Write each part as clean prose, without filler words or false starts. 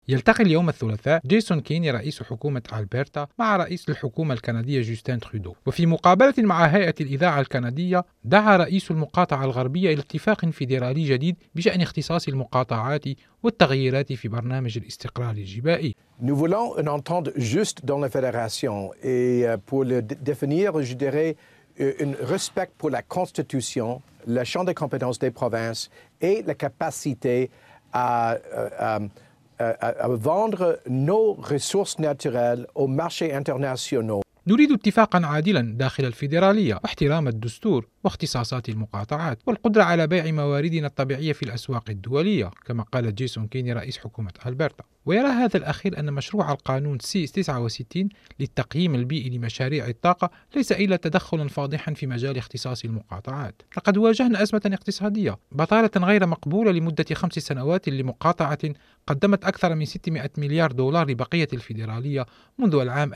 يلتقي اليوم الثلاثاء جيسون كيني رئيس حكومة ألبرتا مع رئيس الحكومة الكندية جوستين ترودو. وفي مقابلة مع هيئة الإذاعة الكندية دعا رئيس المقاطعة الغربية إلى اتفاق فيدرالي جديد بشأن اختصاص المقاطعات والتغييرات في برنامج الاستقرار الجبائي. Nous voulons une entente juste dans la fédération et pour le définir, je dirais, un respect pour la Constitution, le champ de compétences des provinces et la capacité à vendre nos ressources naturelles aux marchés internationaux. نريد اتفاقا عادلا داخل الفيدرالية واحترام الدستور واختصاصات المقاطعات والقدرة على بيع مواردنا الطبيعية في الأسواق الدولية، كما قال جيسون كيني رئيس حكومة ألبرتا. ويرى هذا الأخير أن مشروع القانون C69 للتقييم البيئي لمشاريع الطاقة ليس إلا تدخلا فاضحا في مجال اختصاص المقاطعات. لقد واجهنا أزمة اقتصادية، بطالة غير مقبولة لمدة 5 سنوات لمقاطعة قدمت أكثر من 600 مليار دولار لبقية الفيدرالية منذ العام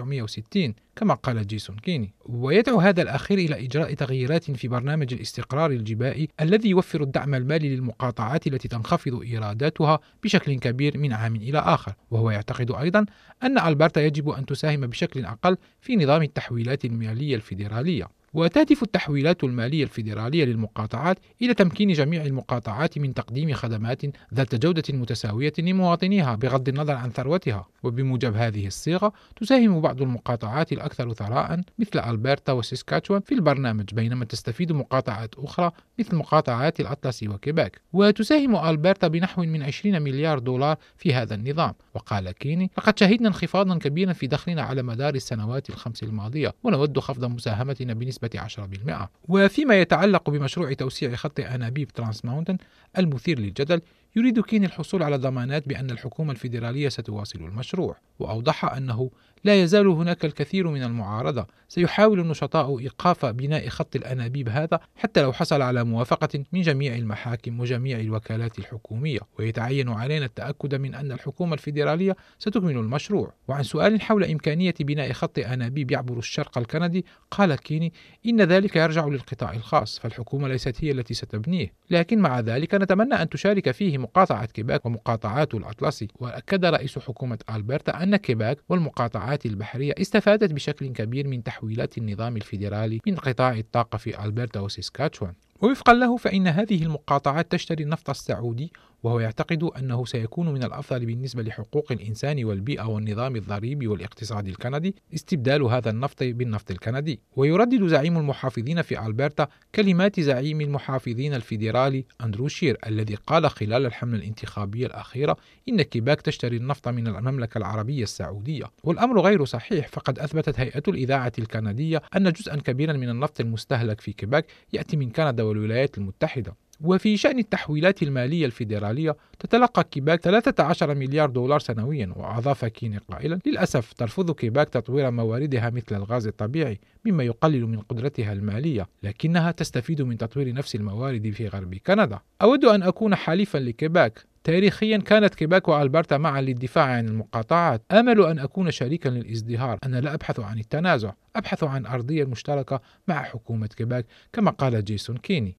1960، كما قال جيسون كيني. ويدعو هذا الأخير إلى إجراء تغييرات في برنامج الاستقرار الجبائي الذي يوفر الدعم المالي للمقاطعات التي تنخفض إيراداتها بشكل كبير من عام إلى آخر. وهو يعتقد أيضا أن ألبرتا يجب أن تساهم بشكل أقل في نظام التحويلات المالية الفيدرالية. وتهدف التحويلات المالية الفيدرالية للمقاطعات إلى تمكين جميع المقاطعات من تقديم خدمات ذات جودة متساوية لمواطنيها بغض النظر عن ثروتها. وبموجب هذه الصيغة تساهم بعض المقاطعات الأكثر ثراء مثل ألبرتا وساسكاتشوان في البرنامج، بينما تستفيد مقاطعات أخرى مثل مقاطعات الأطلسي وكيباك. وتساهم ألبرتا بنحو من 20 مليار دولار في هذا النظام. وقال كيني: لقد شهدنا انخفاضا كبيرا في دخلنا على مدار السنوات ال5 الماضية، ونود خفض مساهمتنا بنسبة 10%. وفيما يتعلق بمشروع توسيع خط أنابيب ترانس ماونتن المثير للجدل، يريد كيني الحصول على ضمانات بأن الحكومة الفيدرالية ستواصل المشروع. وأوضح أنه لا يزال هناك الكثير من المعارضة. سيحاول النشطاء إيقاف بناء خط الأنابيب هذا حتى لو حصل على موافقة من جميع المحاكم وجميع الوكالات الحكومية، ويتعين علينا التأكد من أن الحكومة الفيدرالية ستكمل المشروع. وعن سؤال حول إمكانية بناء خط أنابيب يعبر الشرق الكندي، قال كيني: إن ذلك يرجع للقطاع الخاص، فالحكومة ليست هي التي ستبنيه، لكن مع ذلك نتمنى أن تشارك فيه مقاطعة كيباك ومقاطعات الأطلسي. وأكد رئيس حكومة ألبرتا أن كيباك والمقاطعات البحرية استفادت بشكل كبير من تحويلات النظام الفيدرالي من قطاع الطاقة في ألبرتا وساسكاتشوان. ووفقا له فإن هذه المقاطعات تشتري النفط السعودي، وهو يعتقد أنه سيكون من الأفضل بالنسبة لحقوق الإنسان والبيئة والنظام الضريبي والاقتصادي الكندي استبدال هذا النفط بالنفط الكندي. ويردد زعيم المحافظين في ألبرتا كلمات زعيم المحافظين الفيدرالي أندرو شير الذي قال خلال الحملة الانتخابية الأخيرة إن كيباك تشتري النفط من المملكة العربية السعودية. والأمر غير صحيح، فقد أثبتت هيئة الإذاعة الكندية أن جزءا كبيرا من النفط المستهلك في كيباك يأتي من كندا والولايات المتحدة. وفي شأن التحويلات المالية الفيدرالية تتلقى كيباك 13 مليار دولار سنويا. وأضاف كيني قائلا: للأسف ترفض كيباك تطوير مواردها مثل الغاز الطبيعي مما يقلل من قدرتها المالية، لكنها تستفيد من تطوير نفس الموارد في غرب كندا. أود أن أكون حليفا لكيباك. تاريخيا كانت كيباك وألبرتا معا للدفاع عن المقاطعات. آمل أن أكون شريكا للازدهار. أنا لا أبحث عن التنازع، أبحث عن أرضية مشتركة مع حكومة كيباك، كما قال جيسون كيني.